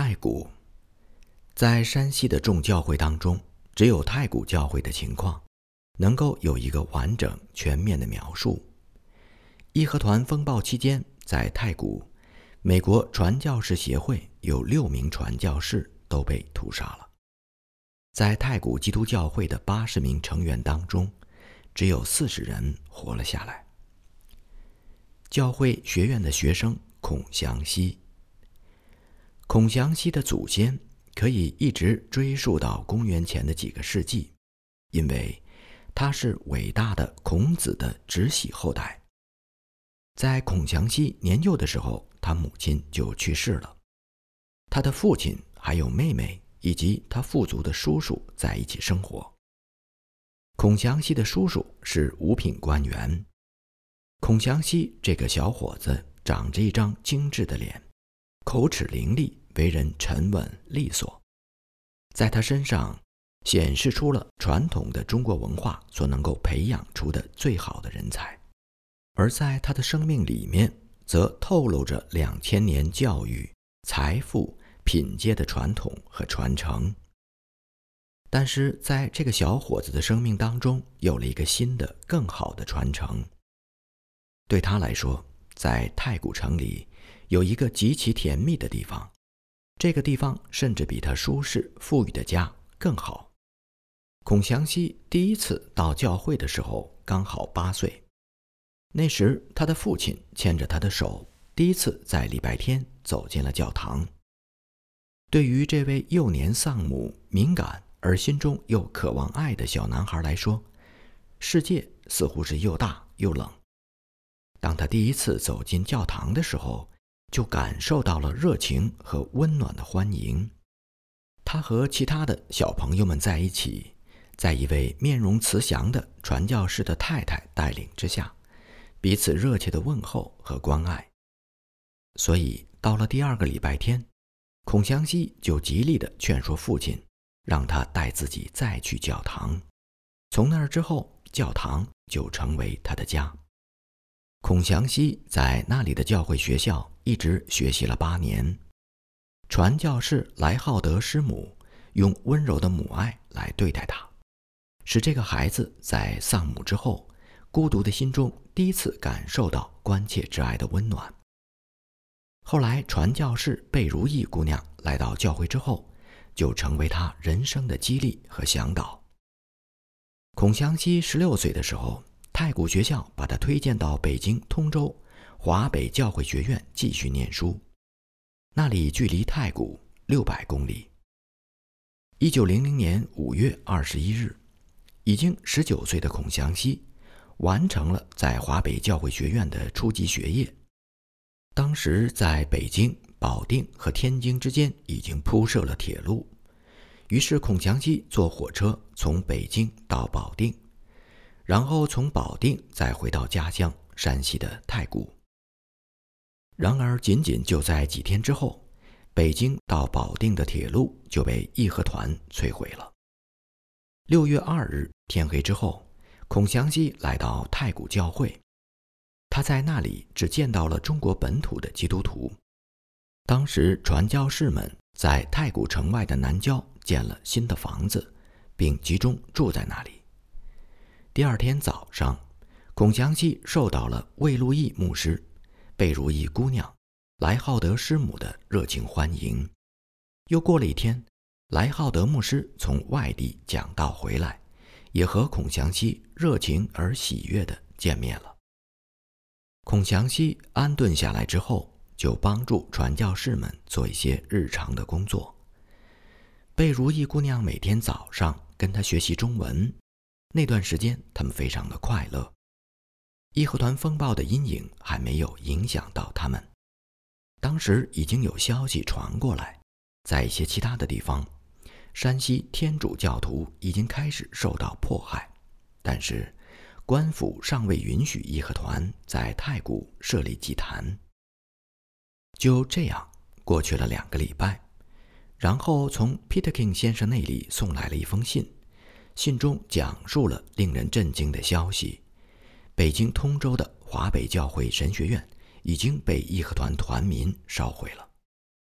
太谷。在山西的众教会当中，只有太谷教会的情况能够有一个完整全面的描述。义和团风暴期间，在太谷，美国传教士协会有6名传教士都被屠杀了。在太谷基督教会的80名成员当中，只有40人活了下来。教会学院的学生孔祥熙，孔祥熙的祖先可以一直追溯到公元前的几个世纪，因为他是伟大的孔子的直系后代。在孔祥熙年幼的时候，他母亲就去世了，他的父亲还有妹妹以及他父族的叔叔在一起生活。孔祥熙的叔叔是五品官员。孔祥熙这个小伙子长着一张精致的脸，口齿伶俐，为人沉稳利索。在他身上显示出了传统的中国文化所能够培养出的最好的人才，而在他的生命里面则透露着2000年教育、财富、品阶的传统和传承。但是在这个小伙子的生命当中，有了一个新的更好的传承。对他来说，在太谷城里有一个极其甜蜜的地方，这个地方甚至比他舒适富裕的家更好。孔祥熙第一次到教会的时候刚好8岁，那时他的父亲牵着他的手，第一次在礼拜天走进了教堂。对于这位幼年丧母、敏感而心中又渴望爱的小男孩来说，世界似乎是又大又冷。当他第一次走进教堂的时候，就感受到了热情和温暖的欢迎。他和其他的小朋友们在一起，在一位面容慈祥的传教士的太太带领之下，彼此热切的问候和关爱。所以到了第2个礼拜天，孔祥熙就极力地劝说父亲，让他带自己再去教堂。从那儿之后，教堂就成为他的家。孔祥熙在那里的教会学校一直学习了8年。传教士莱浩德师母用温柔的母爱来对待他，使这个孩子在丧母之后，孤独的心中第一次感受到关切之爱的温暖。后来传教士贝如意姑娘来到教会之后，就成为他人生的激励和向导。孔祥熙16岁的时候，太谷学校把他推荐到北京通州华北教会学院继续念书，那里距离太谷600公里。1900年5月21日，已经19岁的孔祥熙完成了在华北教会学院的初级学业。当时在北京、保定和天津之间已经铺设了铁路，于是孔祥熙坐火车从北京到保定，然后从保定再回到家乡山西的太谷。然而仅仅就在几天之后，北京到保定的铁路就被义和团摧毁了。6月2日天黑之后，孔祥熙来到太谷教会，他在那里只见到了中国本土的基督徒。当时传教士们在太谷城外的南郊建了新的房子，并集中住在那里。第2天早上，孔祥熙受到了魏路义牧师、贝如意姑娘、莱浩德师母的热情欢迎。又过了1天，莱浩德牧师从外地讲道回来，也和孔祥熙热情而喜悦地见面了。孔祥熙安顿下来之后，就帮助传教士们做一些日常的工作。贝如意姑娘每天早上跟他学习中文，那段时间他们非常的快乐。义和团风暴的阴影还没有影响到他们。当时已经有消息传过来，在一些其他的地方，山西天主教徒已经开始受到迫害，但是官府尚未允许义和团在太谷设立祭坛。就这样过去了2个礼拜，然后从 Peterkin 先生那里送来了一封信，信中讲述了令人震惊的消息：北京通州的华北教会神学院已经被义和团团民烧毁了。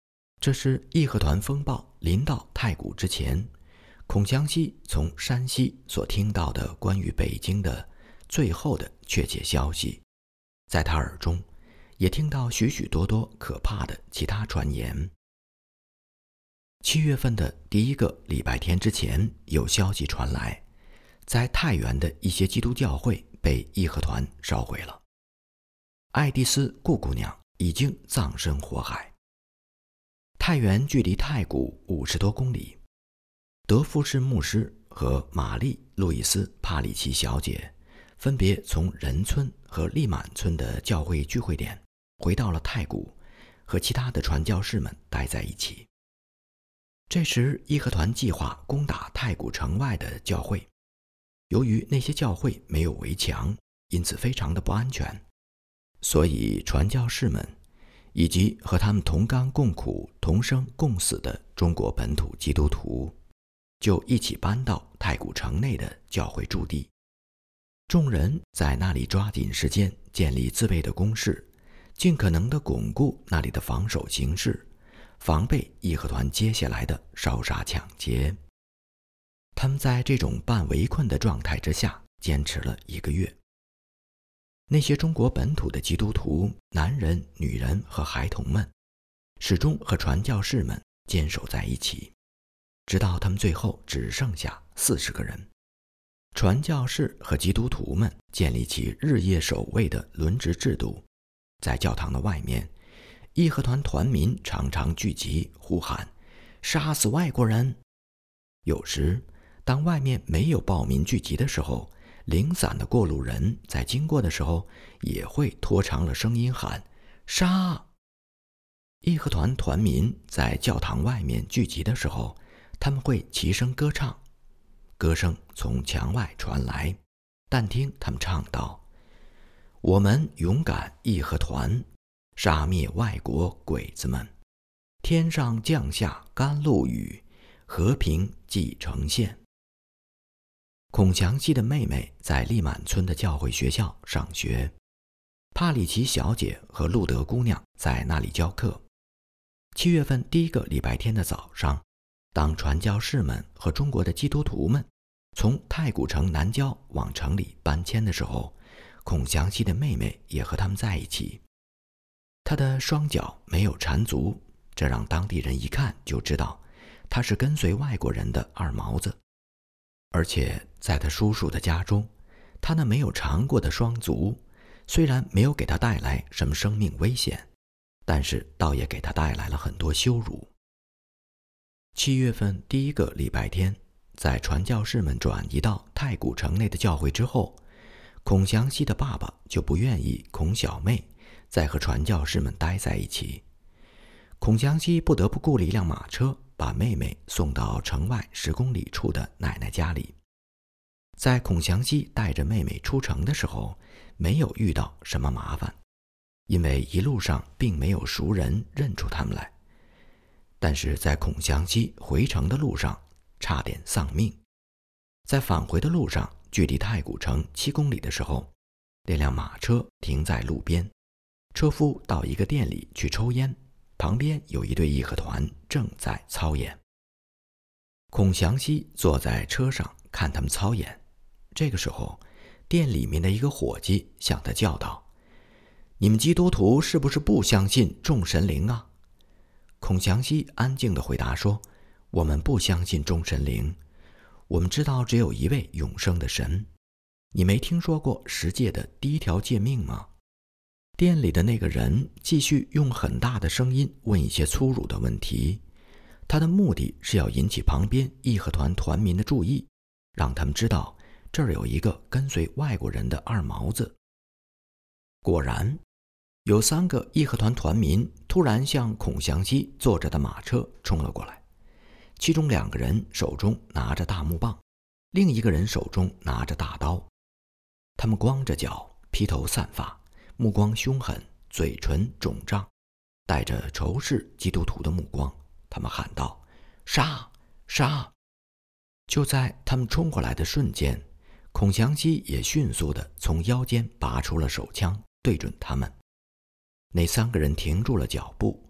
这是义和团风暴临到太谷之前，孔祥熙从山西所听到的关于北京的最后的确切消息。在他耳中也听到许许多多可怕的其他传言。7月份的第一个礼拜天之前，有消息传来，在太原的一些基督教会被义和团烧毁了，爱丽丝顾姑娘已经葬身火海。太原距离太谷50多公里，德富士牧师和玛丽·路易斯·帕里奇小姐分别从仁村和利满村的教会聚会点回到了太谷，和其他的传教士们待在一起。这时，义和团计划攻打太谷城外的教会，由于那些教会没有围墙，因此非常的不安全，所以传教士们以及和他们同甘共苦、同生共死的中国本土基督徒就一起搬到太谷城内的教会驻地。众人在那里抓紧时间建立自卫的工事，尽可能地巩固那里的防守形势，防备义和团接下来的烧杀抢劫。他们在这种半围困的状态之下坚持了1个月。那些中国本土的基督徒，男人、女人和孩童们，始终和传教士们坚守在一起，直到他们最后只剩下40个人。传教士和基督徒们建立起日夜守卫的轮值制度，在教堂的外面，义和团团民常常聚集，呼喊杀死外国人。有时当外面没有暴民聚集的时候，零散的过路人在经过的时候也会拖长了声音喊杀。义和团团民在教堂外面聚集的时候，他们会齐声歌唱，歌声从墙外传来，但听他们唱道：我们勇敢义和团，杀灭外国鬼子们，天上降下甘露雨，和平即呈现。孔祥熙的妹妹在利满村的教会学校上学，帕里奇小姐和路德姑娘在那里教课。7月份第1个礼拜天的早上，当传教士们和中国的基督徒们从太谷城南郊往城里搬迁的时候，孔祥熙的妹妹也和他们在一起。她的双脚没有缠足，这让当地人一看就知道她是跟随外国人的二毛子。而且在他叔叔的家中，他那没有尝过的双足，虽然没有给他带来什么生命危险，但是倒也给他带来了很多羞辱。7月份第1个礼拜天，在传教士们转移到太谷城内的教会之后，孔祥熙的爸爸就不愿意孔小妹再和传教士们待在一起。孔祥熙不得不雇了一辆马车，把妹妹送到城外10公里处的奶奶家里。在孔祥熙带着妹妹出城的时候，没有遇到什么麻烦，因为一路上并没有熟人认出他们来。但是在孔祥熙回城的路上差点丧命。在返回的路上，距离太谷城7公里的时候，那辆马车停在路边，车夫到一个店里去抽烟，旁边有一队义和团正在操演。孔祥熙坐在车上看他们操演，这个时候店里面的一个伙计向他叫道：你们基督徒是不是不相信众神灵啊？孔祥熙安静地回答说：我们不相信众神灵，我们知道只有一位永生的神。你没听说过10诫的第1条诫命吗？店里的那个人继续用很大的声音问一些粗鲁的问题，他的目的是要引起旁边义和团团民的注意，让他们知道这儿有一个跟随外国人的二毛子。果然，有3个义和团团民突然向孔祥熙坐着的马车冲了过来，其中2个人手中拿着大木棒，另一个人手中拿着大刀。他们光着脚，披头散发，目光凶狠，嘴唇肿胀，带着仇视基督徒的目光。他们喊道：杀！杀！就在他们冲过来的瞬间，孔祥熙也迅速地从腰间拔出了手枪，对准他们。那3个人停住了脚步，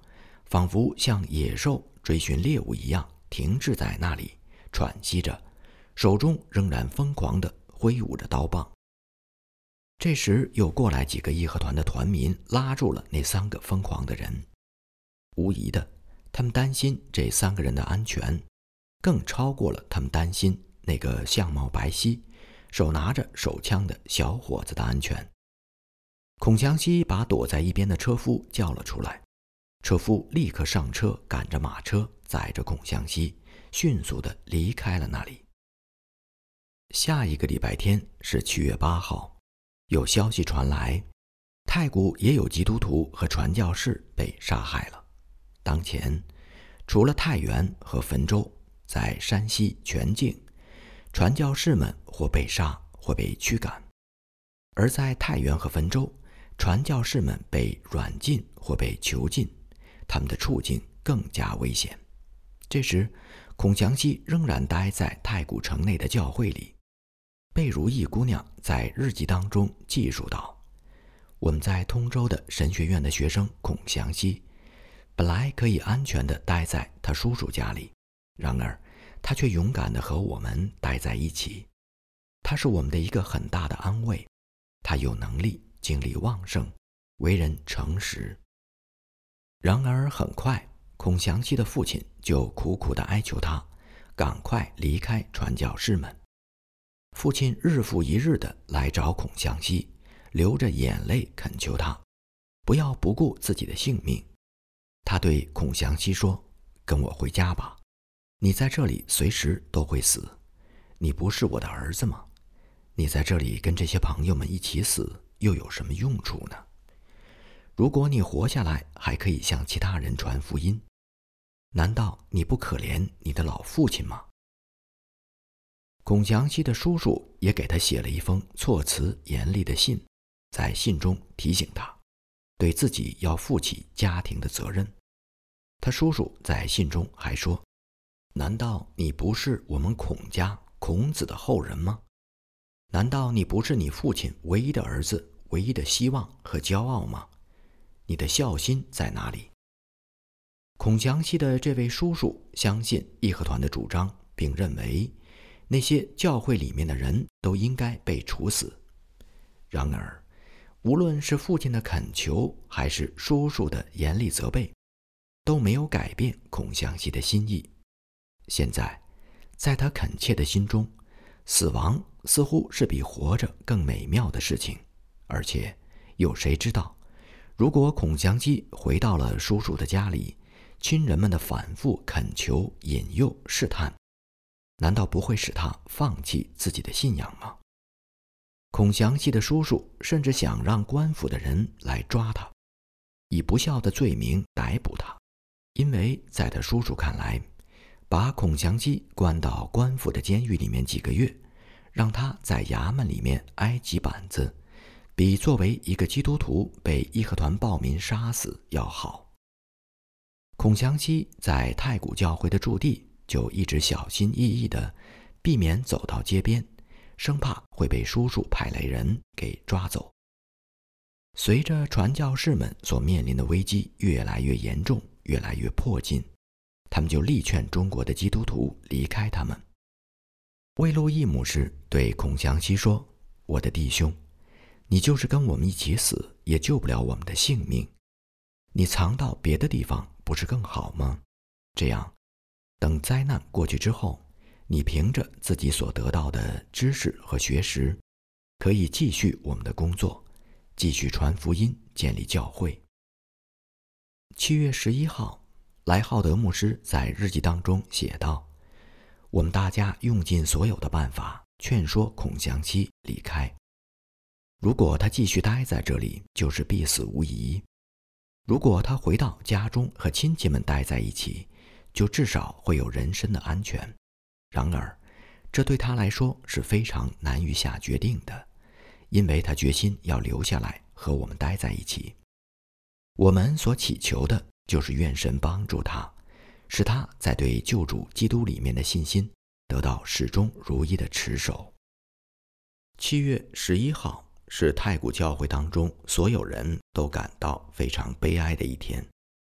仿佛像野兽追寻猎物一样停滞在那里，喘息着，手中仍然疯狂地挥舞着刀棒。这时又过来几个义和团的团民，拉住了那3个疯狂的人。无疑的，他们担心这3个人的安全，更超过了他们担心那个相貌白皙、手拿着手枪的小伙子的安全。孔祥熙把躲在一边的车夫叫了出来，车夫立刻上车，赶着马车载着孔祥熙迅速地离开了那里。下一个礼拜天是7月8号，有消息传来，太谷也有基督徒和传教士被杀害了。当前，除了太原和汾州，在山西全境，传教士们或被杀或被驱赶；而在太原和汾州，传教士们被软禁或被囚禁，他们的处境更加危险。这时，孔祥熙仍然待在太谷城内的教会里。贝如意姑娘在日记当中记述道：我们在通州的神学院的学生孔祥熙，本来可以安全地待在他叔叔家里，然而他却勇敢地和我们待在一起。他是我们的一个很大的安慰，他有能力，精力旺盛，为人诚实。然而很快，孔祥熙的父亲就苦苦地哀求他赶快离开传教士们。父亲日复一日地来找孔祥熙，流着眼泪恳求他不要不顾自己的性命。他对孔祥熙说：跟我回家吧，你在这里随时都会死，你不是我的儿子吗？你在这里跟这些朋友们一起死又有什么用处呢？如果你活下来还可以向其他人传福音，难道你不可怜你的老父亲吗？孔祥熙的叔叔也给他写了一封措辞严厉的信，在信中提醒他对自己要负起家庭的责任。他叔叔在信中还说：难道你不是我们孔家孔子的后人吗？难道你不是你父亲唯一的儿子，唯一的希望和骄傲吗？你的孝心在哪里？孔祥熙的这位叔叔相信义和团的主张，并认为那些教会里面的人都应该被处死。然而，无论是父亲的恳求，还是叔叔的严厉责备，都没有改变孔祥熙的心意。现在，在他恳切的心中，死亡似乎是比活着更美妙的事情。而且，有谁知道，如果孔祥熙回到了叔叔的家里，亲人们的反复恳求、引诱、试探，难道不会使他放弃自己的信仰吗？孔祥熙的叔叔甚至想让官府的人来抓他，以不孝的罪名逮捕他，因为在他叔叔看来，把孔祥熙关到官府的监狱里面几个月，让他在衙门里面挨几板子，比作为一个基督徒被义和团暴民杀死要好。孔祥熙在太谷教会的驻地就一直小心翼翼地避免走到街边，生怕会被叔叔派来人给抓走。随着传教士们所面临的危机越来越严重，越来越迫近，他们就力劝中国的基督徒离开他们。魏路义牧师对孔祥熙说：我的弟兄，你就是跟我们一起死，也救不了我们的性命。你藏到别的地方不是更好吗？这样，等灾难过去之后，你凭着自己所得到的知识和学识，可以继续我们的工作，继续传福音，建立教会。7月11号，莱浩德牧师在日记当中写道：我们大家用尽所有的办法劝说孔祥熙离开，如果他继续待在这里，就是必死无疑。如果他回到家中和亲戚们待在一起，就至少会有人身的安全。然而，这对他来说是非常难于下决定的，因为他决心要留下来和我们待在一起。我们所祈求的就是愿神帮助他，使他在对救主基督里面的信心得到始终如一的持守。7月11号是太谷教会当中所有人都感到非常悲哀的一天。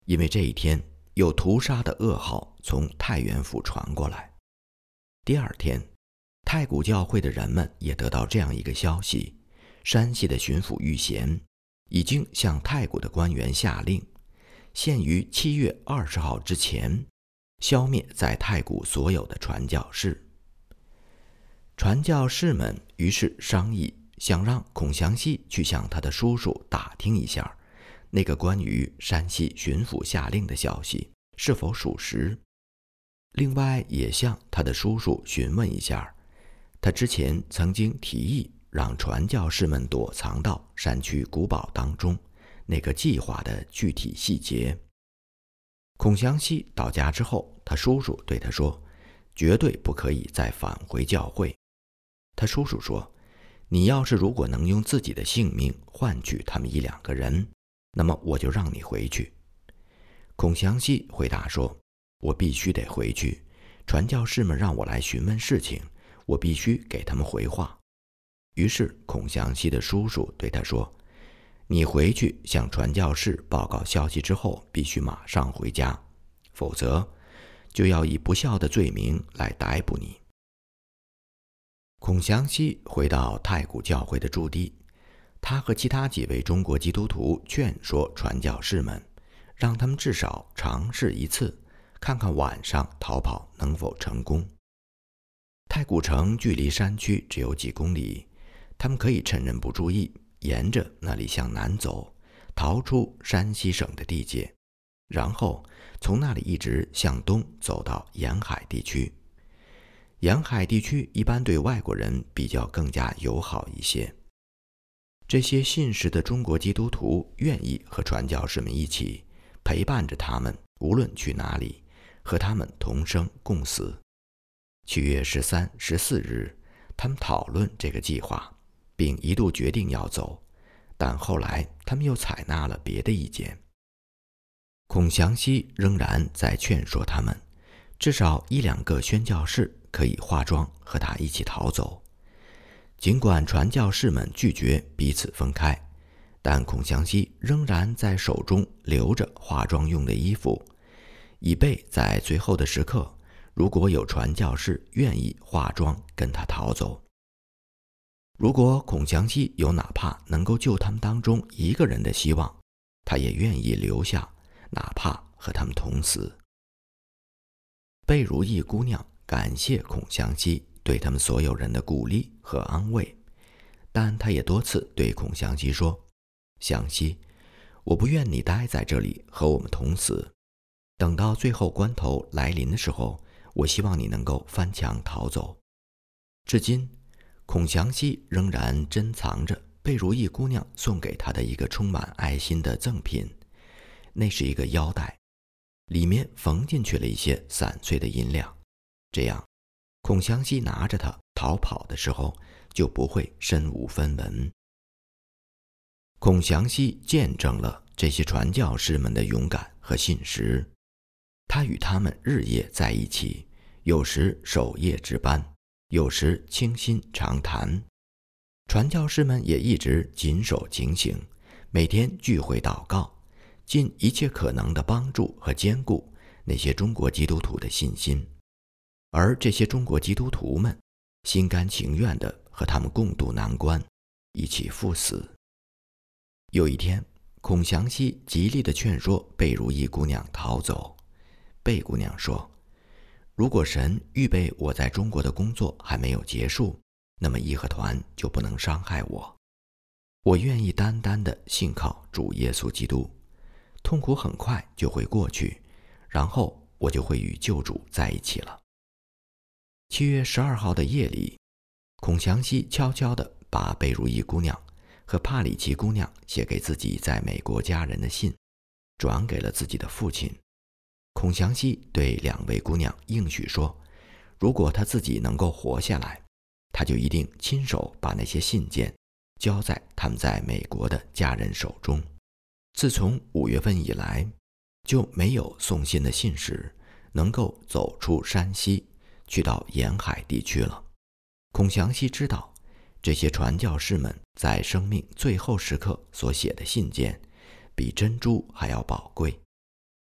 因为这一天有屠杀的噩耗从太原府传过来。第二天，太谷教会的人们也得到这样一个消息：山西的巡抚玉贤已经向太谷的官员下令，限于7月20号之前消灭在太谷所有的传教士。传教士们于是商议，想让孔祥熙去向他的叔叔打听一下，那个关于山西巡抚下令的消息是否属实。另外也向他的叔叔询问一下，他之前曾经提议让传教士们躲藏到山区古堡当中那个计划的具体细节。孔祥熙到家之后，他叔叔对他说，绝对不可以再返回教会。他叔叔说，你要是如果能用自己的性命换取他们1-2个人，那么我就让你回去。孔祥熙回答说，我必须得回去，传教士们让我来询问事情，我必须给他们回话。于是孔祥熙的叔叔对他说，你回去向传教士报告消息之后，必须马上回家，否则就要以不孝的罪名来逮捕你。孔祥熙回到太谷教会的驻地，他和其他几位中国基督徒劝说传教士们，让他们至少尝试一次，看看晚上逃跑能否成功。太谷城距离山区只有几公里，他们可以趁人不注意，沿着那里向南走，逃出山西省的地界，然后从那里一直向东走到沿海地区。沿海地区一般对外国人比较更加友好一些。这些信实的中国基督徒愿意和传教士们一起陪伴着他们，无论去哪里，和他们同生共死。7月13、14日，他们讨论这个计划，并一度决定要走，但后来他们又采纳了别的意见。孔祥熙仍然在劝说他们，至少1-2个宣教士可以化妆和他一起逃走。尽管传教士们拒绝彼此分开，但孔祥熙仍然在手中留着化妆用的衣服，以备在最后的时刻，如果有传教士愿意化妆跟他逃走。如果孔祥熙有哪怕能够救他们当中1个人的希望，他也愿意留下，哪怕和他们同死。贝如意姑娘感谢孔祥熙对他们所有人的鼓励和安慰，但她也多次对孔祥熙说，祥熙，我不愿你待在这里和我们同死，等到最后关头来临的时候，我希望你能够翻墙逃走。至今孔祥熙仍然珍藏着贝如意姑娘送给他的一个充满爱心的赠品，那是一个腰带，里面缝进去了一些散碎的银两，这样孔祥熙拿着它逃跑的时候就不会身无分文。孔祥熙见证了这些传教士们的勇敢和信实，他与他们日夜在一起，有时守夜值班，有时倾心长谈。传教士们也一直谨守警醒，每天聚会祷告，尽一切可能的帮助和兼顾那些中国基督徒的信心。而这些中国基督徒们心甘情愿地和他们共度难关，一起赴死。有一天，孔祥熙极力地劝说贝如意姑娘逃走。贝姑娘说，如果神预备我在中国的工作还没有结束，那么义和团就不能伤害我。我愿意单单地信靠主耶稣基督，痛苦很快就会过去，然后我就会与救主在一起了。7月12号的夜里，孔祥熙悄悄地把贝如意姑娘和帕里奇姑娘写给自己在美国家人的信转给了自己的父亲。孔祥熙对2位姑娘应许说，如果他自己能够活下来，他就一定亲手把那些信件交在他们在美国的家人手中。自从5月份以来，就没有送信的信使能够走出山西去到沿海地区了。孔祥熙知道，这些传教士们在生命最后时刻所写的信件比珍珠还要宝贵。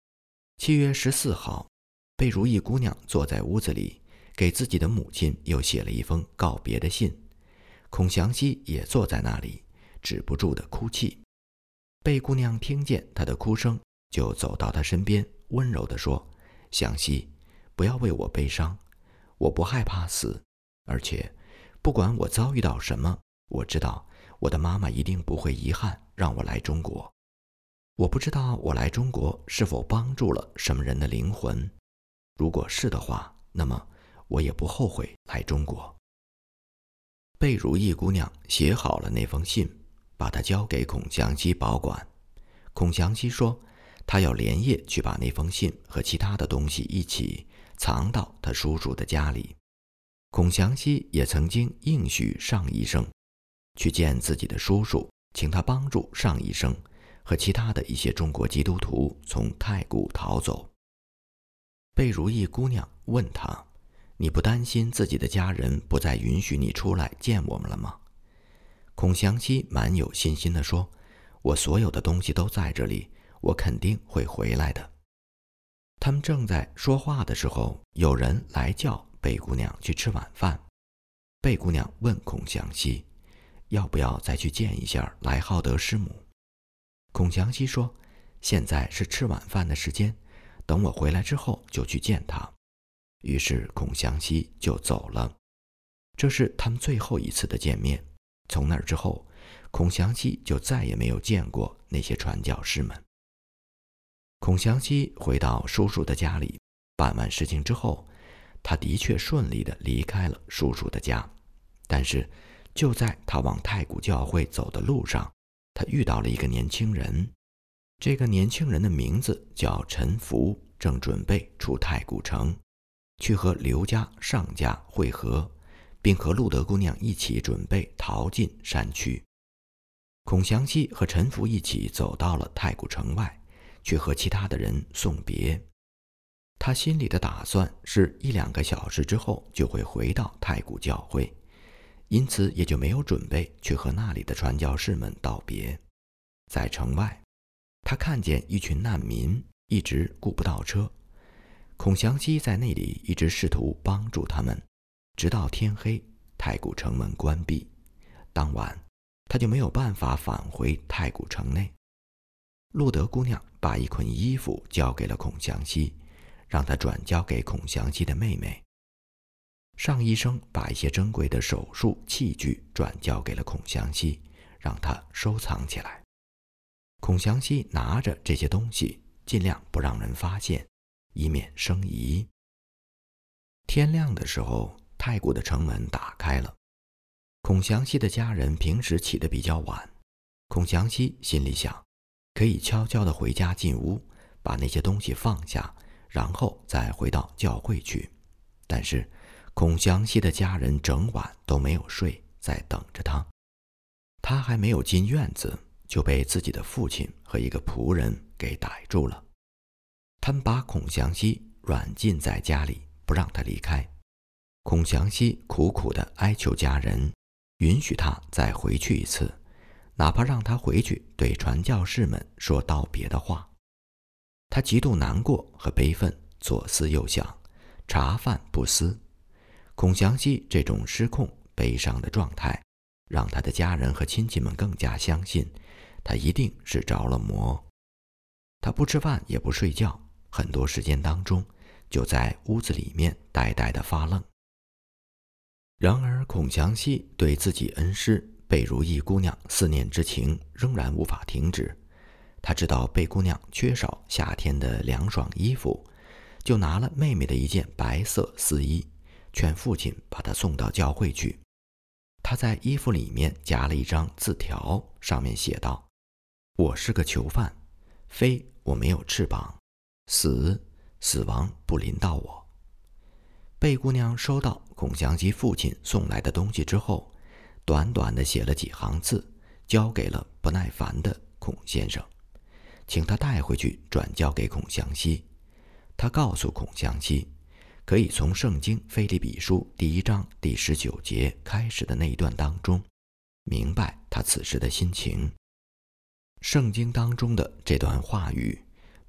7月14号，贝如意姑娘坐在屋子里，给自己的母亲又写了一封告别的信。孔祥熙也坐在那里，止不住的哭泣。贝姑娘听见她的哭声，就走到她身边，温柔地说：“祥熙，不要为我悲伤，我不害怕死，而且不管我遭遇到什么，我知道我的妈妈一定不会遗憾让我来中国。我不知道我来中国是否帮助了什么人的灵魂，如果是的话，那么我也不后悔来中国。”贝如意姑娘写好了那封信，把它交给孔祥熙保管。孔祥熙说，他要连夜去把那封信和其他的东西一起藏到他叔叔的家里。孔祥熙也曾经应许尚医生去见自己的叔叔，请他帮助尚医生和其他的一些中国基督徒从太谷逃走。贝如意姑娘问他：“你不担心自己的家人不再允许你出来见我们了吗？”孔祥熙满有信心地说：“我所有的东西都在这里，我肯定会回来的。”他们正在说话的时候，有人来叫贝姑娘去吃晚饭。贝姑娘问孔祥熙：“要不要再去见一下莱浩德师母？”孔祥熙说：“现在是吃晚饭的时间，等我回来之后就去见她。”于是孔祥熙就走了。这是他们最后一次的见面。从那之后，孔祥熙就再也没有见过那些传教士们。孔祥熙回到叔叔的家里，办完事情之后，他的确顺利地离开了叔叔的家。但是就在他往太谷教会走的路上，他遇到了一个年轻人。这个年轻人的名字叫陈福，正准备出太谷城，去和刘家、尚家会合，并和路德姑娘一起准备逃进山区。孔祥熙和陈福一起走到了太谷城外，去和其他的人送别。他心里的打算是1-2个小时之后就会回到太谷教会，因此也就没有准备去和那里的传教士们道别。在城外，他看见一群难民一直顾不到车。孔祥熙在那里一直试图帮助他们，直到天黑，太谷城门关闭。当晚，他就没有办法返回太谷城内。路德姑娘把一捆衣服交给了孔祥熙，让他转交给孔祥熙的妹妹。尚医生把一些珍贵的手术器具转交给了孔祥熙，让他收藏起来。孔祥熙拿着这些东西，尽量不让人发现，以免生疑。天亮的时候，太谷的城门打开了。孔祥熙的家人平时起得比较晚，孔祥熙心里想，可以悄悄地回家进屋，把那些东西放下，然后再回到教会去。但是孔祥熙的家人整晚都没有睡，在等着他。他还没有进院子，就被自己的父亲和一个仆人给逮住了。他们把孔祥熙软禁在家里，不让他离开。孔祥熙苦苦地哀求家人，允许他再回去一次，哪怕让他回去对传教士们说道别的话。他极度难过和悲愤，左思右想，茶饭不思。孔祥熙这种失控悲伤的状态，让他的家人和亲戚们更加相信他一定是着了魔。他不吃饭也不睡觉，很多时间当中就在屋子里面呆呆地发愣。然而孔祥熙对自己恩师贝如意姑娘思念之情仍然无法停止。他知道贝姑娘缺少夏天的凉爽衣服，就拿了妹妹的一件白色丝衣，劝父亲把她送到教会去。他在衣服里面夹了一张字条，上面写道：“我是个囚犯，非我没有翅膀，死亡不临到我。”贝姑娘收到孔祥熙父亲送来的东西之后，短短的写了几行字，交给了不耐烦的孔先生，请他带回去转交给孔祥熙。他告诉孔祥熙，可以从圣经腓立比书第1章第19节开始的那一段当中，明白他此时的心情。圣经当中的这段话语，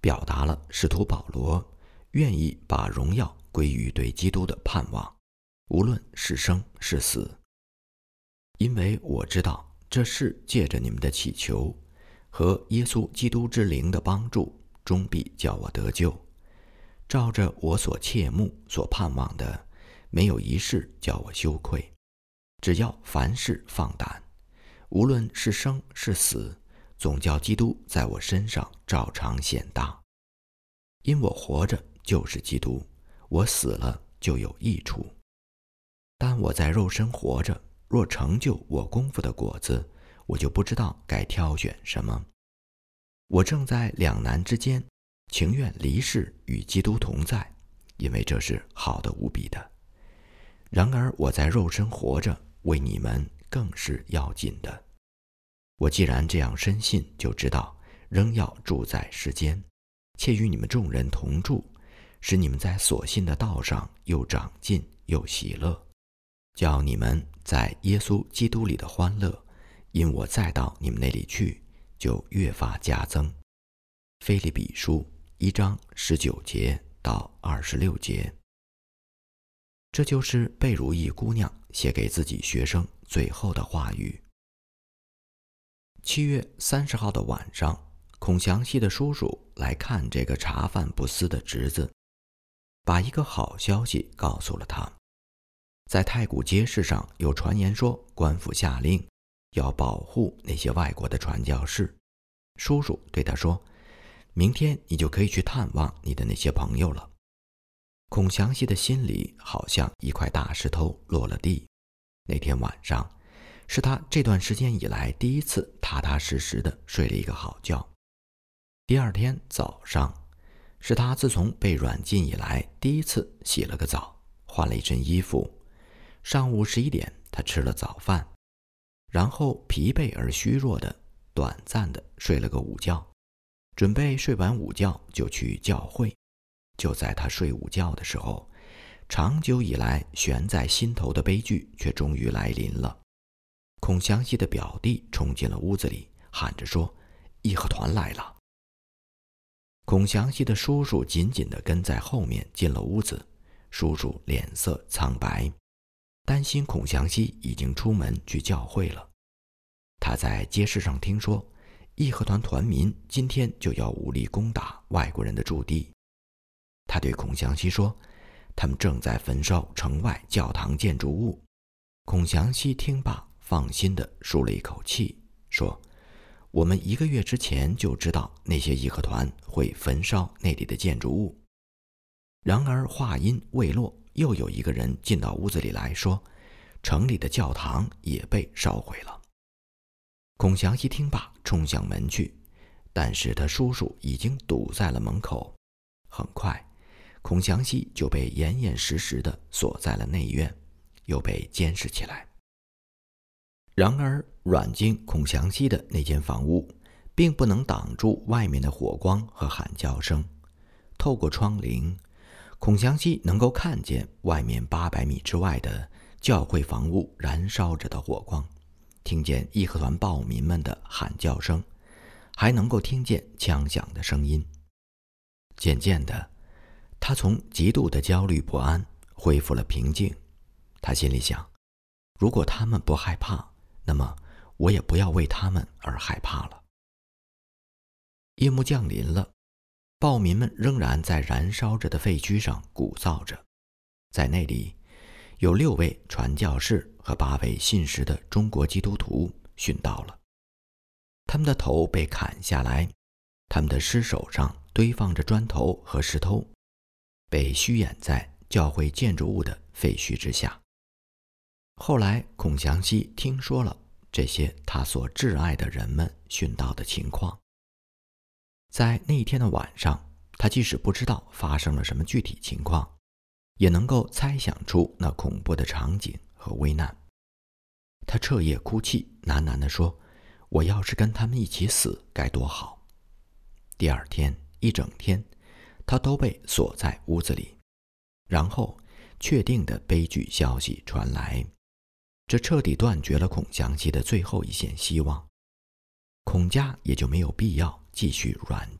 表达了使徒保罗愿意把荣耀归于对基督的盼望，无论是生是死。因为我知道这事借着你们的祈求和耶稣基督之灵的帮助，终必叫我得救。照着我所切慕所盼望的，没有一事叫我羞愧。只要凡事放胆，无论是生是死，总叫基督在我身上照常显大。因我活着就是基督，我死了就有益处。但我在肉身活着，若成就我功夫的果子，我就不知道该挑选什么。我正在两难之间，情愿离世与基督同在，因为这是好的无比的。然而我在肉身活着，为你们更是要紧的。我既然这样深信，就知道仍要住在世间，且与你们众人同住，使你们在所信的道上又长进又喜乐，叫你们在耶稣基督里的欢乐，因我再到你们那里去，就越发加增。腓立比书1章19节到26节。这就是贝如意姑娘写给自己学生最后的话语。7月30号的晚上，孔祥熙的叔叔来看这个茶饭不思的侄子，把一个好消息告诉了他。在太谷街市上有传言说，官府下令要保护那些外国的传教士。叔叔对他说，明天你就可以去探望你的那些朋友了。孔祥熙的心里好像一块大石头落了地。那天晚上是他这段时间以来第一次踏踏实实地睡了一个好觉。第二天早上是他自从被软禁以来第一次洗了个澡，换了一身衣服。上午11点他吃了早饭，然后疲惫而虚弱的短暂地睡了个午觉，准备睡完午觉就去教会。就在他睡午觉的时候，长久以来悬在心头的悲剧却终于来临了。孔祥熙的表弟冲进了屋子里，喊着说，义和团来了。孔祥熙的叔叔紧紧地跟在后面进了屋子，叔叔脸色苍白，担心孔祥熙已经出门去教会了。他在街市上听说，义和团团民今天就要武力攻打外国人的驻地。他对孔祥熙说，他们正在焚烧城外教堂建筑物。孔祥熙听罢，放心地舒了一口气，说，我们1个月之前就知道那些义和团会焚烧那里的建筑物。然而话音未落，又有一个人进到屋子里来说，城里的教堂也被烧毁了。孔祥熙听罢冲向门去，但是他叔叔已经堵在了门口。很快孔祥熙就被严严实实地锁在了内院，又被监视起来。然而软禁孔祥熙的那间房屋并不能挡住外面的火光和喊叫声。透过窗棂，孔祥熙能够看见外面800米之外的教会房屋燃烧着的火光，听见义和团暴民们的喊叫声，还能够听见枪响的声音。渐渐的，他从极度的焦虑不安恢复了平静。他心里想，如果他们不害怕，那么我也不要为他们而害怕了。夜幕降临了，暴民们仍然在燃烧着的废墟上鼓噪着。在那里有6位传教士和8位信实的中国基督徒殉道了。他们的头被砍下来，他们的尸首上堆放着砖头和石头，被虚掩在教会建筑物的废墟之下。后来孔祥熙听说了这些他所挚爱的人们殉道的情况。在那一天的晚上，他即使不知道发生了什么具体情况，也能够猜想出那恐怖的场景和危难。他彻夜哭泣，喃喃地说，我要是跟他们一起死该多好。第二天一整天他都被锁在屋子里。然后确定的悲剧消息传来，这彻底断绝了孔祥熙的最后一线希望。孔家也就没有必要继续软禁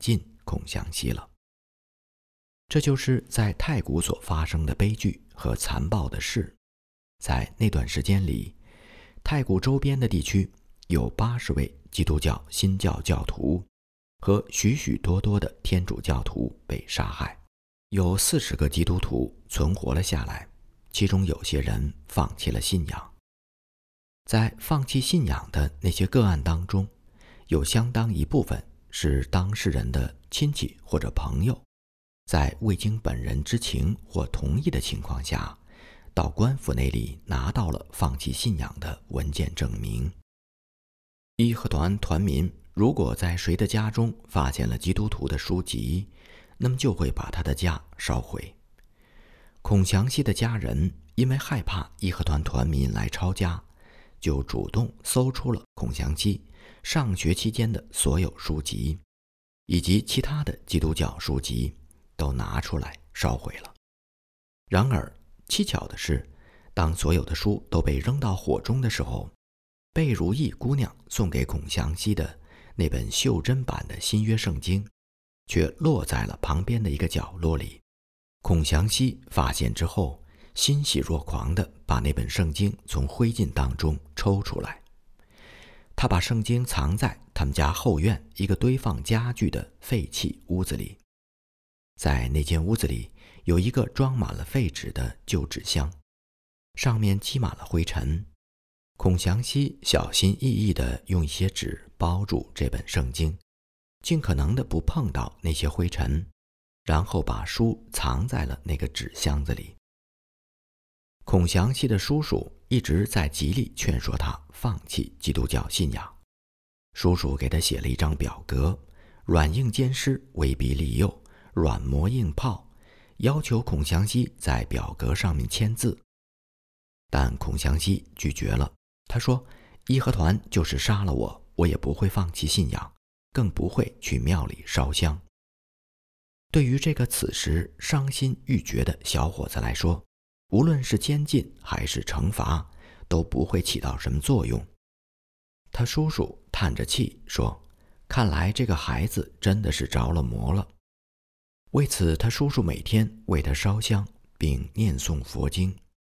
孔祥熙了。这就是在太谷所发生的悲剧和残暴的事。在那段时间里，太谷周边的地区有80位基督教新教教徒和许许多多的天主教徒被杀害，有40个基督徒存活了下来，其中有些人放弃了信仰。在放弃信仰的那些个案当中，有相当一部分是当事人的亲戚或者朋友，在未经本人知情或同意的情况下，到官府那里拿到了放弃信仰的文件证明。义和团团民如果在谁的家中发现了基督徒的书籍，那么就会把他的家烧毁。孔祥熙的家人因为害怕义和团团民来抄家，就主动搜出了孔祥熙上学期间的所有书籍，以及其他的基督教书籍都拿出来烧毁了。然而蹊跷的是，当所有的书都被扔到火中的时候，贝如意姑娘送给孔祥熙的那本袖珍版的新约圣经却落在了旁边的一个角落里。孔祥熙发现之后，欣喜若狂地把那本圣经从灰烬当中抽出来。他把圣经藏在他们家后院一个堆放家具的废弃屋子里。在那间屋子里有一个装满了废纸的旧纸箱，上面积满了灰尘。孔祥熙小心翼翼地用一些纸包住这本圣经，尽可能地不碰到那些灰尘，然后把书藏在了那个纸箱子里。孔祥熙的叔叔一直在极力劝说他放弃基督教信仰。叔叔给他写了一张表格，软硬兼施，威逼利诱，软磨硬泡，要求孔祥熙在表格上面签字。但孔祥熙拒绝了，他说义和团就是杀了我，我也不会放弃信仰，更不会去庙里烧香。对于这个此时伤心欲绝的小伙子来说，无论是监禁还是惩罚都不会起到什么作用。他叔叔叹着气说，看来这个孩子真的是着了魔了。为此他叔叔每天为他烧香并念诵佛经。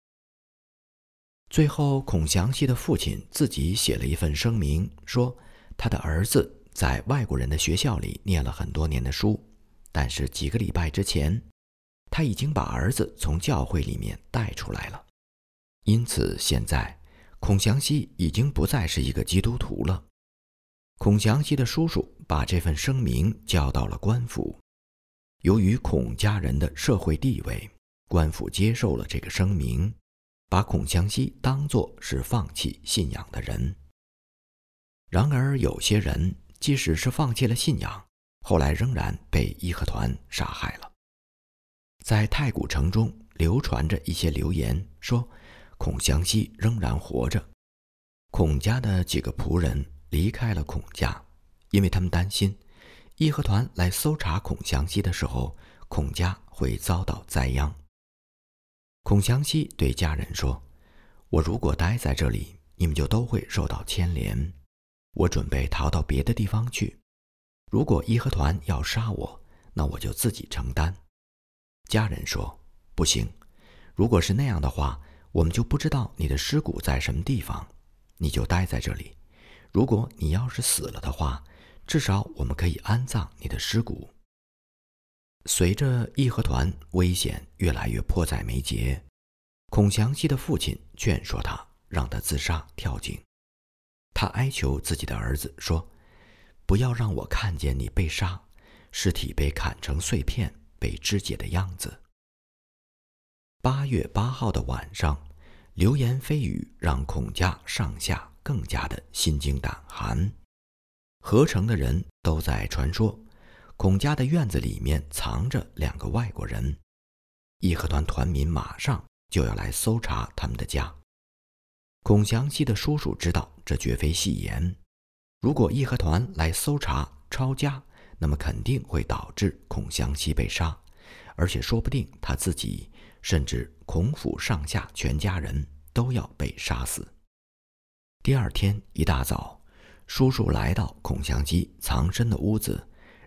最后孔祥熙的父亲自己写了一份声明，说他的儿子在外国人的学校里念了很多年的书，但是几个礼拜之前他已经把儿子从教会里面带出来了。因此现在孔祥熙已经不再是一个基督徒了。孔祥熙的叔叔把这份声明交到了官府。由于孔家人的社会地位，官府接受了这个声明，把孔祥熙当作是放弃信仰的人。然而有些人即使是放弃了信仰，后来仍然被义和团杀害了。在太谷城中流传着一些流言，说孔祥熙仍然活着。孔家的几个仆人离开了孔家，因为他们担心义和团来搜查孔祥熙的时候，孔家会遭到灾殃。孔祥熙对家人说，我如果待在这里，你们就都会受到牵连。我准备逃到别的地方去，如果义和团要杀我，那我就自己承担。家人说，不行，如果是那样的话，我们就不知道你的尸骨在什么地方，你就待在这里。如果你要是死了的话，至少我们可以安葬你的尸骨。随着义和团危险越来越迫在眉睫，孔祥熙的父亲劝说他，让他自杀跳井。他哀求自己的儿子说，不要让我看见你被杀，尸体被砍成碎片，被肢解的样子。8月8号的晚上，流言蜚语让孔家上下更加的心惊胆寒。合城的人都在传说，孔家的院子里面藏着2个外国人，义和团团民马上就要来搜查他们的家。孔祥熙的叔叔知道这绝非戏言，如果义和团来搜查抄家，那么肯定会导致孔祥熙被杀，而且说不定他自己甚至孔府上下全家人都要被杀死。第二天一大早，叔叔来到孔祥熙藏身的屋子，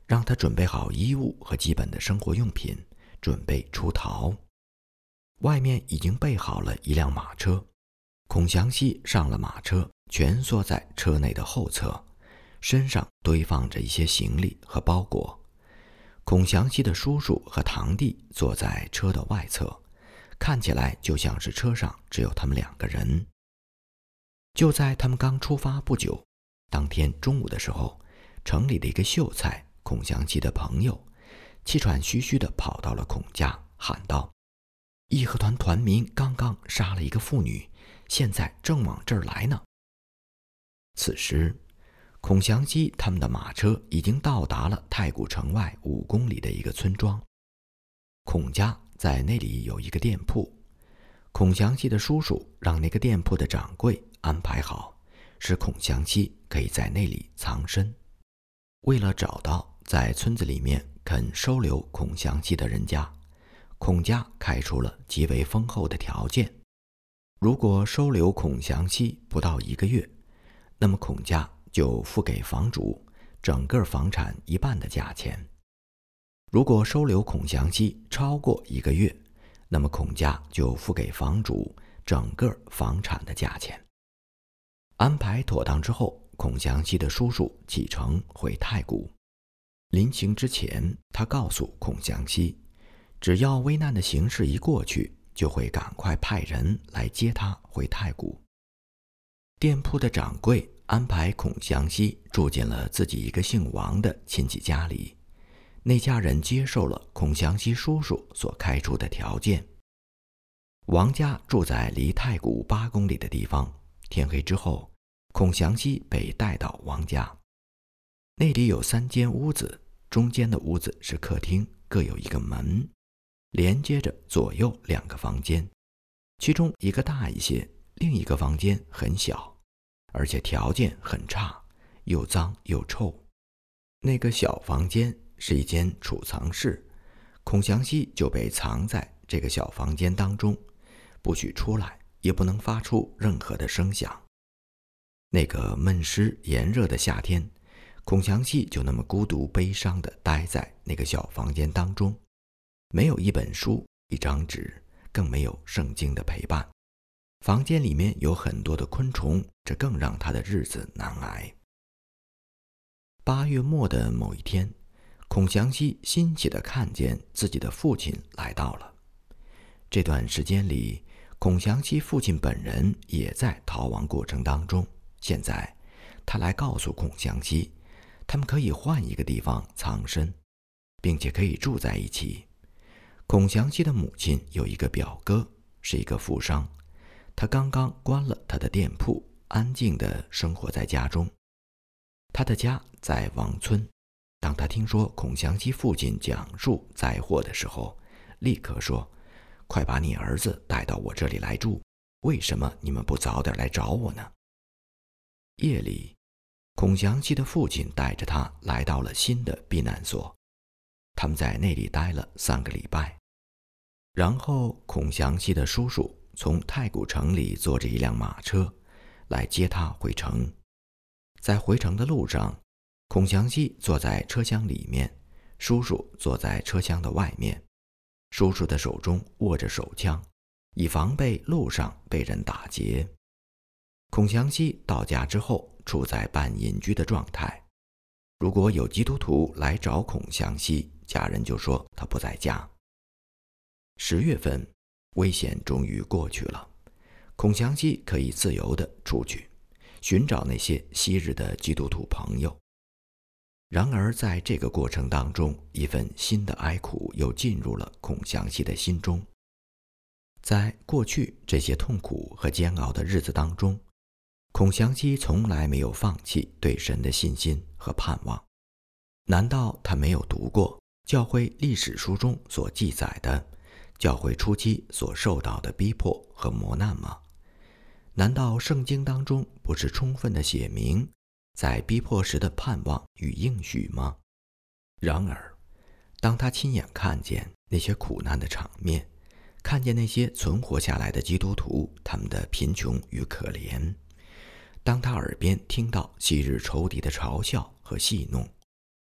让他准备好衣物和基本的生活用品，准备出逃。外面已经备好了一辆马车，孔祥熙上了马车，蜷缩在车内的后侧，身上堆放着一些行李和包裹。孔祥熙的叔叔和堂弟坐在车的外侧，看起来就像是车上只有他们2个人。就在他们刚出发不久，当天中午的时候，城里的一个秀才孔祥熙的朋友气喘吁吁地跑到了孔家，喊道：义和团团民刚刚杀了一个妇女，现在正往这儿来呢。此时孔祥熙他们的马车已经到达了太谷城外5公里的一个村庄。孔家在那里有一个店铺，孔祥熙的叔叔让那个店铺的掌柜安排好，使孔祥熙可以在那里藏身。为了找到在村子里面肯收留孔祥熙的人家，孔家开出了极为丰厚的条件。如果收留孔祥熙不到1个月，那么孔家就付给房主整个房产1半的价钱。如果收留孔祥熙超过1个月，那么孔家就付给房主整个房产的价钱。安排妥当之后，孔祥熙的叔叔启程回太谷。临行之前，他告诉孔祥熙，只要危难的形势一过去，就会赶快派人来接他回太谷。店铺的掌柜安排孔祥熙住进了自己一个姓王的亲戚家里，那家人接受了孔祥熙叔叔所开出的条件。王家住在离太谷8公里的地方，天黑之后，孔祥熙被带到王家。那里有3间屋子，中间的屋子是客厅，各有一个门，连接着左右2个房间，其中一个大一些，另一个房间很小，而且条件很差，又脏又臭。那个小房间是一间储藏室，孔祥熙就被藏在这个小房间当中，不许出来，也不能发出任何的声响。那个闷湿炎热的夏天，孔祥熙就那么孤独悲伤地待在那个小房间当中，没有一本书，一张纸，更没有圣经的陪伴。房间里面有很多的昆虫，这更让他的日子难挨。8月末的某一天，孔祥熙欣喜地看见自己的父亲来到了。这段时间里，孔祥熙父亲本人也在逃亡过程当中。现在他来告诉孔祥熙，他们可以换一个地方藏身，并且可以住在一起。孔祥熙的母亲有一个表哥，是一个富商，他刚刚关了他的店铺，安静地生活在家中。他的家在王村。当他听说孔祥熙父亲讲述灾祸的时候，立刻说：快把你儿子带到我这里来住，为什么你们不早点来找我呢？夜里，孔祥熙的父亲带着他来到了新的避难所，他们在那里待了3个礼拜。然后孔祥熙的叔叔从太谷城里坐着一辆马车来接他回城。在回城的路上，孔祥熙坐在车厢里面，叔叔坐在车厢的外面。叔叔的手中握着手枪，以防备路上被人打劫。孔祥熙到家之后处在半隐居的状态，如果有基督徒来找孔祥熙，家人就说他不在家。10月份，危险终于过去了，孔祥熙可以自由地出去寻找那些昔日的基督徒朋友。然而在这个过程当中，一份新的哀苦又进入了孔祥熙的心中。在过去这些痛苦和煎熬的日子当中，孔祥熙从来没有放弃对神的信心和盼望。难道他没有读过教会历史书中所记载的教会初期所受到的逼迫和磨难吗？难道圣经当中不是充分的写明在逼迫时的盼望与应许吗？然而，当他亲眼看见那些苦难的场面，看见那些存活下来的基督徒他们的贫穷与可怜，当他耳边听到昔日仇敌的嘲笑和戏弄，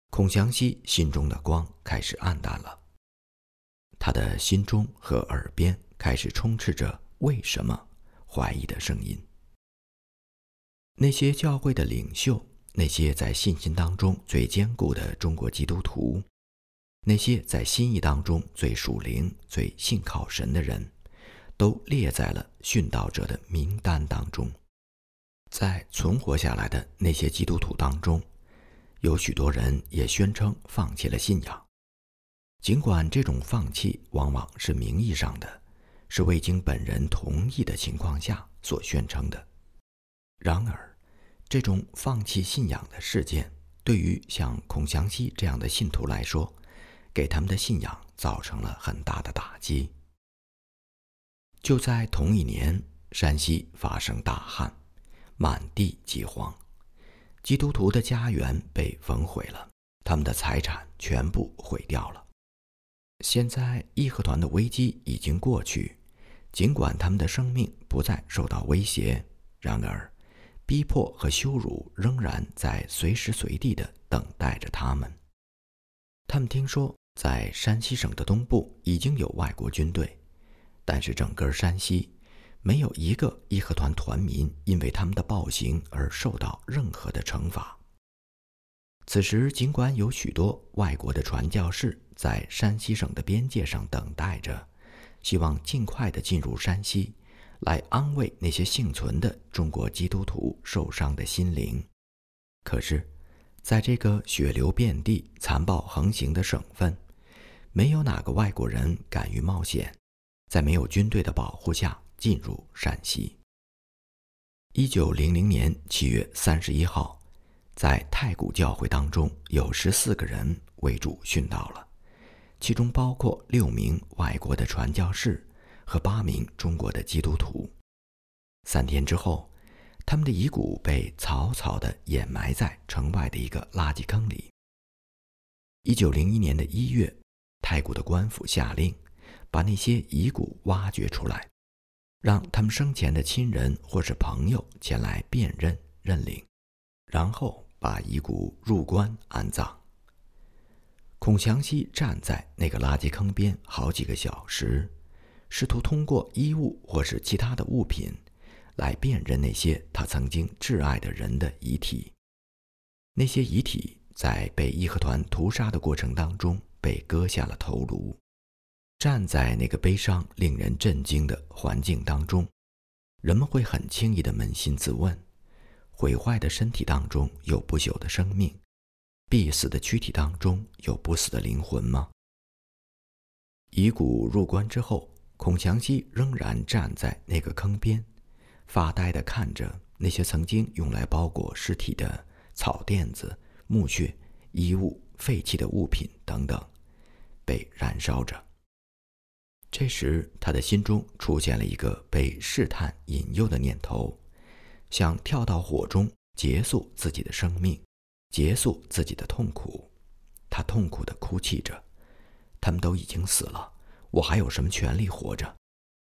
孔祥熙心中的光开始暗淡了，他的心中和耳边开始充斥着为什么怀疑的声音。那些教会的领袖，那些在信心当中最坚固的中国基督徒，那些在心意当中最属灵、最信靠神的人，都列在了殉道者的名单当中。在存活下来的那些基督徒当中，有许多人也宣称放弃了信仰，尽管这种放弃往往是名义上的，是未经本人同意的情况下所宣称的。然而，这种放弃信仰的事件，对于像孔祥熙这样的信徒来说，给他们的信仰造成了很大的打击。就在同一年，山西发生大旱，满地饥荒，基督徒的家园被焚毁了，他们的财产全部毁掉了。现在义和团的危机已经过去，尽管他们的生命不再受到威胁，然而逼迫和羞辱仍然在随时随地地等待着他们。他们听说在山西省的东部已经有外国军队，但是整个山西没有一个义和团团民因为他们的暴行而受到任何的惩罚。此时，尽管有许多外国的传教士在山西省的边界上等待着，希望尽快地进入山西，来安慰那些幸存的中国基督徒受伤的心灵。可是，在这个血流遍地、残暴横行的省份，没有哪个外国人敢于冒险，在没有军队的保护下进入山西。1900年7月31号，在太谷教会当中，有14个人为主殉道了，其中包括6名外国的传教士和8名中国的基督徒。3天之后，他们的遗骨被草草地掩埋在城外的一个垃圾坑里。1901年的1月，太谷的官府下令把那些遗骨挖掘出来，让他们生前的亲人或是朋友前来辨认认领，然后把遗骨入棺安葬。孔祥熙站在那个垃圾坑边好几个小时，试图通过衣物或是其他的物品来辨认那些他曾经挚爱的人的遗体。那些遗体在被义和团屠杀的过程当中被割下了头颅。站在那个悲伤令人震惊的环境当中，人们会很轻易地扪心自问，毁坏的身体当中有不朽的生命，必死的躯体当中有不死的灵魂吗？遗骨入棺之后，孔祥熙仍然站在那个坑边，发呆地看着那些曾经用来包裹尸体的草垫子、木屑、衣物、废弃的物品等等被燃烧着。这时，他的心中出现了一个被试探引诱的念头，想跳到火中结束自己的生命，结束自己的痛苦。他痛苦地哭泣着，他们都已经死了，我还有什么权利活着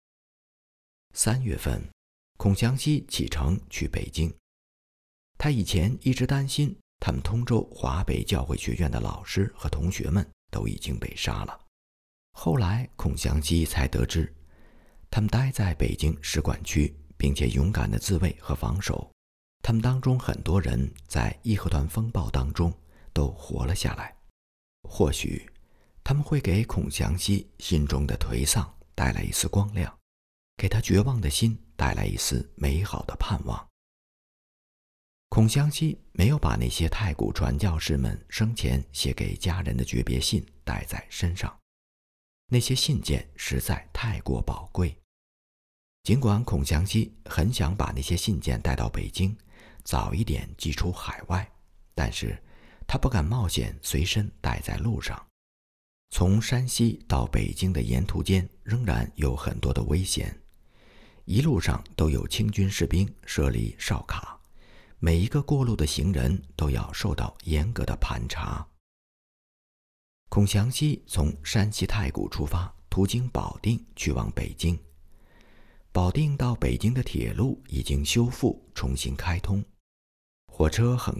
？3月份，孔祥熙启程去北京。他以前一直担心他们通州华北教会学院的老师和同学们都已经被杀了。后来孔祥熙才得知，他们待在北京使馆区，并且勇敢地自卫和防守。他们当中很多人在义和团风暴当中都活了下来。或许他们会给孔祥熙心中的颓丧带来一丝光亮，给他绝望的心带来一丝美好的盼望。孔祥熙没有把那些太谷传教士们生前写给家人的诀别信带在身上，那些信件实在太过宝贵。尽管孔祥熙很想把那些信件带到北京，早一点寄出海外，但是他不敢冒险随身带在路上。从山西到北京的沿途间仍然有很多的危险，一路上都有清军士兵设立哨卡，每一个过路的行人都要受到严格的盘查。孔祥熙从山西太谷出发，途经保定去往北京。保定到北京的铁路已经修复重新开通，火车很快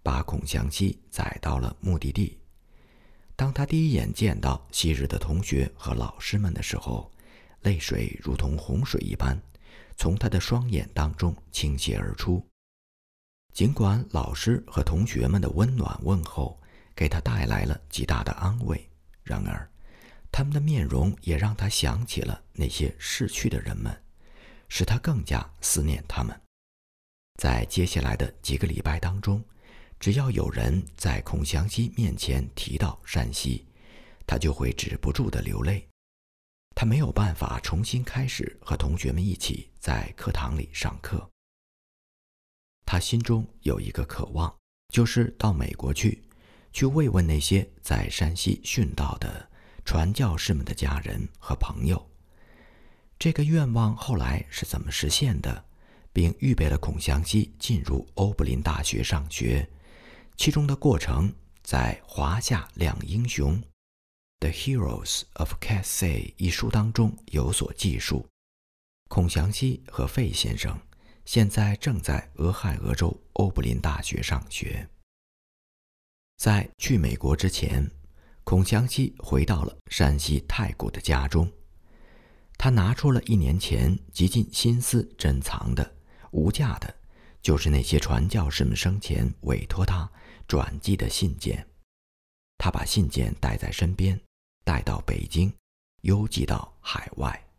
把孔祥熙载到了目的地。当他第一眼见到昔日的同学和老师们的时候，泪水如同洪水一般从他的双眼当中倾泻而出。尽管老师和同学们的温暖问候给他带来了极大的安慰，然而他们的面容也让他想起了那些逝去的人们，使他更加思念他们。在接下来的几个礼拜当中，只要有人在孔祥熙面前提到山西，他就会止不住地流泪。他没有办法重新开始和同学们一起在课堂里上课。他心中有一个渴望，就是到美国去慰问那些在山西殉道的传教士们的家人和朋友。这个愿望后来是怎么实现的，并预备了孔祥熙进入欧柏林大学上学，其中的过程在《华夏两英雄》The Heroes of Cathay 一书当中有所记述。孔祥熙和费先生现在正在俄亥俄州欧柏林大学上学。在去美国之前，孔祥熙回到了山西太谷的家中。他拿出了1年前极尽心思珍藏的、无价的，就是那些传教士们生前委托他转寄的信件。他把信件带在身边，带到北京，邮寄到海外。